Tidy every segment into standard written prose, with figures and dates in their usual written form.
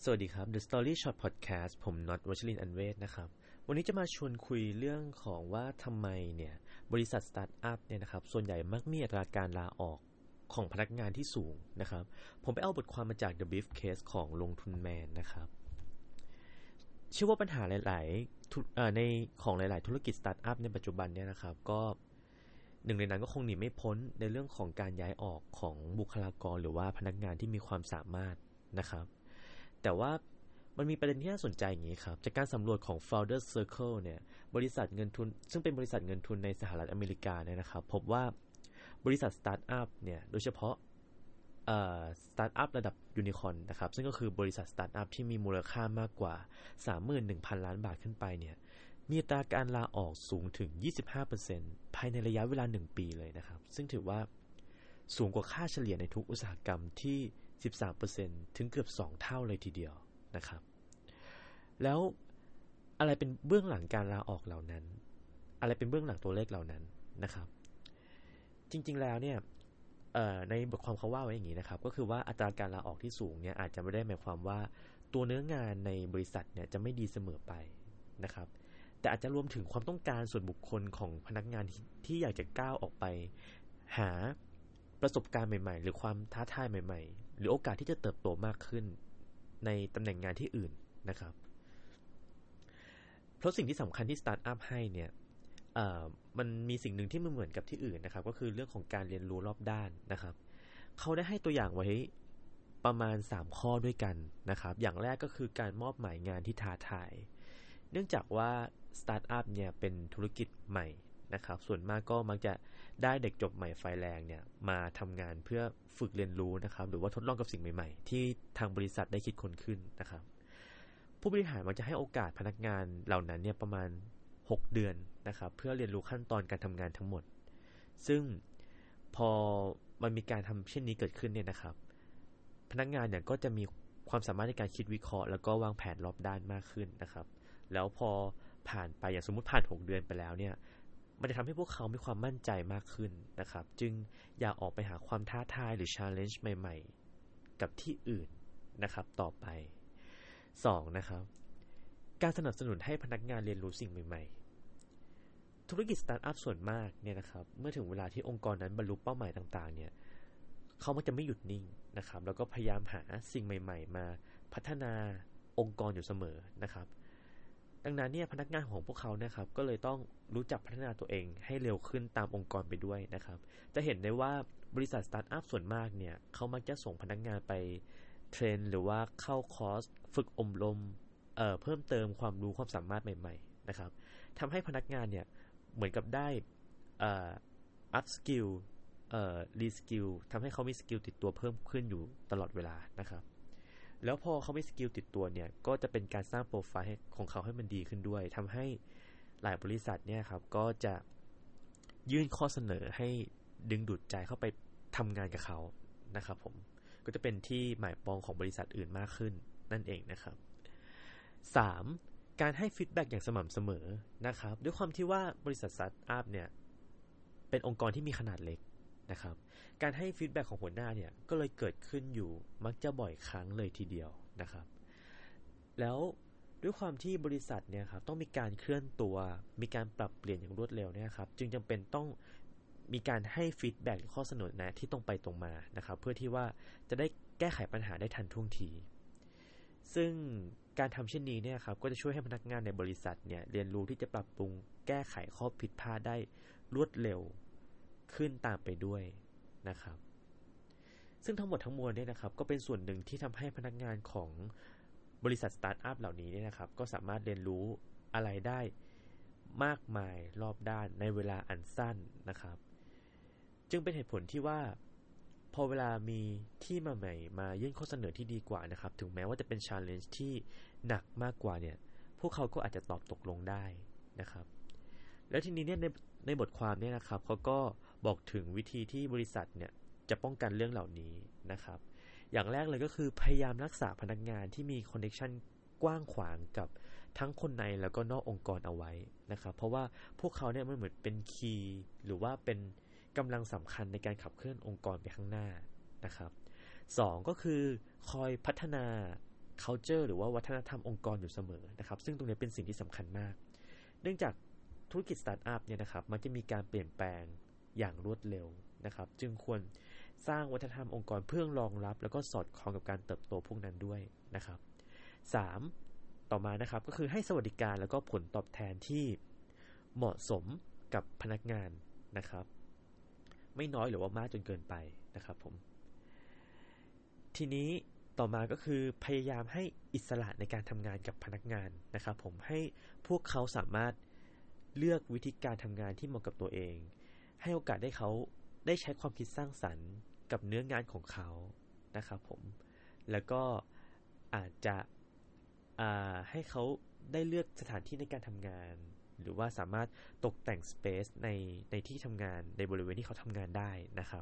สวัสดีครับ The Story Short Podcast ผมน็อต วัชรินทร์ อันเวศนะครับวันนี้จะมาชวนคุยเรื่องของว่าทำไมเนี่ยบริษัทสตาร์ทอัพเนี่ยนะครับส่วนใหญ่มักมีอัตราการลาออกของพนักงานที่สูงนะครับผมไปเอาบทความมาจาก The Briefcase ของลงทุนแมนนะครับเชื่อว่าปัญหาหลายๆในของหลายๆธุรกิจสตาร์ทอัพในปัจจุบันเนี่ยนะครับก็หนึ่งในนั้นก็คงหนีไม่พ้นในเรื่องของการย้ายออกของบุคลากรหรือว่าพนักงานที่มีความสามารถนะครับแต่ว่ามันมีประเด็นที่น่าสนใจอย่างนี้ครับจากการสำรวจของ Founder Circle เนี่ยบริษัทเงินทุนซึ่งเป็นบริษัทเงินทุนในสหรัฐอเมริกาเนี่ยนะครับพบว่าบริษัทสตาร์ทอัพเนี่ยโดยเฉพาะสตาร์ทอัพระดับยูนิคอร์นนะครับซึ่งก็คือบริษัทสตาร์ทอัพที่มีมูลค่ามากกว่า 31,000 ล้านบาทขึ้นไปเนี่ยมีอัตราการลาออกสูงถึง 25% ภายในระยะเวลา 1 ปีเลยนะครับซึ่งถือว่าสูงกว่าค่าเฉลี่ยในทุกอุตสาหกรรมที่ 13% ถึงเกือบ 2 เท่าเลยทีเดียวนะครับแล้วอะไรเป็นเบื้องหลังการลาออกเหล่านั้นอะไรเป็นเบื้องหลังตัวเลขเหล่านั้นนะครับจริงๆแล้วเนี่ยในบทความเขาว่าไว้อย่างนี้นะครับก็คือว่าอัตราการลาออกที่สูงเนี่ยอาจจะไม่ได้หมายความว่าตัวเนื้องานในบริษัทเนี่ยจะไม่ดีเสมอไปนะครับแต่อาจจะรวมถึงความต้องการส่วนบุคคลของพนักงานที่อยากจะก้าวออกไปหาประสบการณ์ใหม่ๆหรือความท้าทายใหม่ๆหรือโอกาสที่จะเติบโตมากขึ้นในตำแหน่งงานที่อื่นนะครับเพราะสิ่งที่สำคัญที่สตาร์ทอัพให้เนี่ยมันมีสิ่งหนึ่งที่ไม่เหมือนกับที่อื่นนะครับก็คือเรื่องของการเรียนรู้รอบด้านนะครับเขาได้ให้ตัวอย่างไว้ประมาณ3ข้อด้วยกันนะครับอย่างแรกก็คือการมอบหมายงานที่ท้าทายเนื่องจากว่าสตาร์ทอัพเนี่ยเป็นธุรกิจใหม่นะครับส่วนมากก็มักจะได้เด็กจบใหม่ไฟแรงเนี่ยมาทำงานเพื่อฝึกเรียนรู้นะครับหรือว่าทดลองกับสิ่งใหม่ๆที่ทางบริษัทได้คิดค้นขึ้นนะครับผู้บริหารมักจะให้โอกาสพนักงานเหล่านั้นเนี่ยประมาณ6 เดือนนะครับเพื่อเรียนรู้ขั้นตอนการทำงานทั้งหมดซึ่งพอมันมีการทำเช่นนี้เกิดขึ้นเนี่ยนะครับพนักงานเนี่ยก็จะมีความสามารถในการคิดวิเคราะห์แล้วก็วางแผนรอบด้านมากขึ้นนะครับแล้วพอผ่านไปอย่างสมมุติผ่าน6 เดือนไปแล้วเนี่ยมันจะทำให้พวกเขามีความมั่นใจมากขึ้นนะครับจึงอยากออกไปหาความท้าทายหรือ challenge ใหม่ๆกับที่อื่นนะครับต่อไป2นะครับการสนับสนุนให้พนักงานเรียนรู้สิ่งใหม่ๆธุรกิจสตาร์ทอัพส่วนมากเนี่ยนะครับเมื่อถึงเวลาที่องค์กรนั้นบรรลุเป้าหมายต่างๆเนี่ยเขามักจะไม่หยุดนิ่งนะครับแล้วก็พยายามหาสิ่งใหม่ๆมาพัฒนาองค์กรอยู่เสมอนะครับดังนั้นเนี่ยพนักงานของพวกเขานะครับก็เลยต้องรู้จักพัฒนาตัวเองให้เร็วขึ้นตามองค์กรไปด้วยนะครับจะเห็นได้ว่าบริษัทสตาร์ทอัพส่วนมากเนี่ยเขามักจะส่งพนักงานไปเทรนหรือว่าเข้าคอร์สฝึกอบรมเพิ่มเติมความรู้ความสามารถใหม่ๆนะครับทำให้พนักงานเนี่ยเหมือนกับได้อัพสกิลรีสกิลทำให้เขามีสกิลติดตัวเพิ่มขึ้นอยู่ตลอดเวลานะครับแล้วพอเขามีสกิลติดตัวเนี่ยก็จะเป็นการสร้างโปรไฟล์ของเขาให้มันดีขึ้นด้วยทำให้หลายบริษัทเนี่ยครับก็จะยื่นข้อเสนอให้ดึงดูดใจเข้าไปทำงานกับเขานะครับผมก็จะเป็นที่หมายปองของบริษัทอื่นมากขึ้นนั่นเองนะครับ3การให้ฟีดแบ็กอย่างสม่ำเสมอนะครับด้วยความที่ว่าบริษัทสตาร์ทอัพเนี่ยเป็นองค์กรที่มีขนาดเล็กนะครับการให้ฟีดแบ็กของหัวหน้าเนี่ยก็เลยเกิดขึ้นอยู่มักจะบ่อยครั้งเลยทีเดียวนะครับแล้วด้วยความที่บริษัทเนี่ยครับต้องมีการเคลื่อนตัวมีการปรับเปลี่ยนอย่างรวดเร็วเนี่ยครับจึงจำเป็นต้องมีการให้ฟีดแบ็กหรือข้อเสนอแนะที่ตรงไปตรงมานะครับเพื่อที่ว่าจะได้แก้ไขปัญหาได้ทันท่วงทีซึ่งการทำเช่นนี้เนี่ยครับก็จะช่วยให้พนักงานในบริษัทเนี่ยเรียนรู้ที่จะปรับปรุงแก้ไขข้อผิดพลาดได้รวดเร็วขึ้นตามไปด้วยนะครับซึ่งทั้งหมดทั้งมวลเนี่ยนะครับก็เป็นส่วนหนึ่งที่ทำให้พนักงานของบริษัทสตาร์ทอัพเหล่านี้เนี่ยนะครับก็สามารถเรียนรู้อะไรได้มากมายรอบด้านในเวลาอันสั้นนะครับจึงเป็นเหตุผลที่ว่าพอเวลามีที่มาใหม่มายื่นข้อเสนอที่ดีกว่านะครับถึงแม้ว่าจะเป็น challenge ที่หนักมากกว่าเนี่ยพวกเขาก็อาจจะตอบตกลงได้นะครับแล้วทีนี้เนี่ยในบทความเนี่ยนะครับเขาก็บอกถึงวิธีที่บริษัทเนี่ยจะป้องกันเรื่องเหล่านี้นะครับอย่างแรกเลยก็คือพยายามรักษาพนักงานที่มีคอนเนคชั่นกว้างขวางกับทั้งคนในแล้วก็นอกองค์กรเอาไว้นะครับเพราะว่าพวกเขาเนี่ยมันเหมือนเป็นคีย์หรือว่าเป็นกำลังสำคัญในการขับเคลื่อนองค์กรไปข้างหน้านะครับ2ก็คือคอยพัฒนา culture หรือว่าวัฒนธรรมองค์กรอยู่เสมอนะครับซึ่งตรงนี้เป็นสิ่งที่สำคัญมากเนื่องจากธุรกิจสตาร์ทอัพเนี่ยนะครับมันจะมีการเปลี่ยนแปลงอย่างรวดเร็วนะครับจึงควรสร้างวัฒนธรรมองค์กรเพื่อรองรับแล้วก็สอดคล้องกับการเติบโตพวกนั้นด้วยนะครับ3ต่อมานะครับก็คือให้สวัสดิการแล้วก็ผลตอบแทนที่เหมาะสมกับพนักงานนะครับไม่น้อยหรือว่ามากจนเกินไปนะครับผมทีนี้ต่อมาก็คือพยายามให้อิสระในการทำงานกับพนักงานนะครับผมให้พวกเขาสามารถเลือกวิธีการทำงานที่เหมาะกับตัวเองให้โอกาสได้เขาได้ใช้ความคิดสร้างสรรค์กับเนื้องานของเขานะครับผมแล้วก็อาจจะให้เขาได้เลือกสถานที่ในการทำงานหรือว่าสามารถตกแต่งสเปซในที่ทำงานในบริเวณที่เขาทำงานได้นะครับ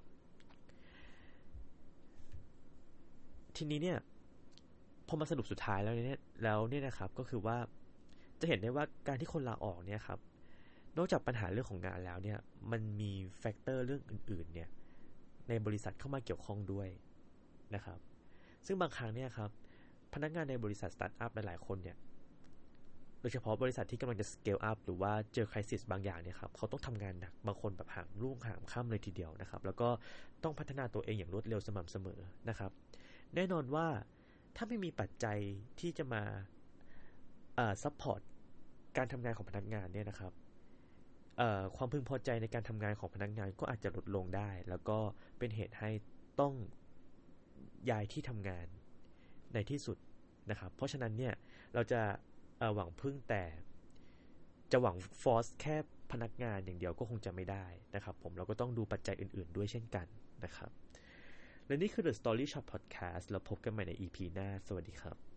ทีนี้เนี่ยพอมาสรุปสุดท้ายแล้วเนี่ยนะครับก็คือว่าจะเห็นได้ว่าการที่คนลาออกเนี่ยครับนอกจากปัญหาเรื่องของงานแล้วเนี่ยมันมีแฟกเตอร์เรื่องอื่นๆเนี่ยในบริษัทเข้ามาเกี่ยวข้องด้วยนะครับซึ่งบางครั้งเนี่ยครับพนักงานในบริษัทสตาร์ทอัพหลายๆคนเนี่ยโดยเฉพาะบริษัทที่กำลังจะสเกลอัพหรือว่าเจอไครซิสบางอย่างเนี่ยครับเขาต้องทำงานหนักบางคนแบบหามรุ่งหามค่ำเลยทีเดียวนะครับแล้วก็ต้องพัฒนาตัวเองอย่างรวดเร็วสม่ำเสมอนะครับแน่นอนว่าถ้าไม่มีปัจจัยที่จะมาซัพพอร์ตการทำงานของพนักงานเนี่ยนะครับความพึงพอใจในการทำงานของพนักงานก็อาจจะลดลงได้แล้วก็เป็นเหตุให้ต้องย้ายที่ทำงานในที่สุดนะครับเพราะฉะนั้นเนี่ยเราจะหวังพึ่งแต่จะหวังฟอร์สแค่พนักงานอย่างเดียวก็คงจะไม่ได้นะครับผมเราก็ต้องดูปัจจัยอื่นๆด้วยเช่นกันนะครับและนี่คือ The Story Shop Podcast เราพบกันใหม่ใน EP หน้าสวัสดีครับ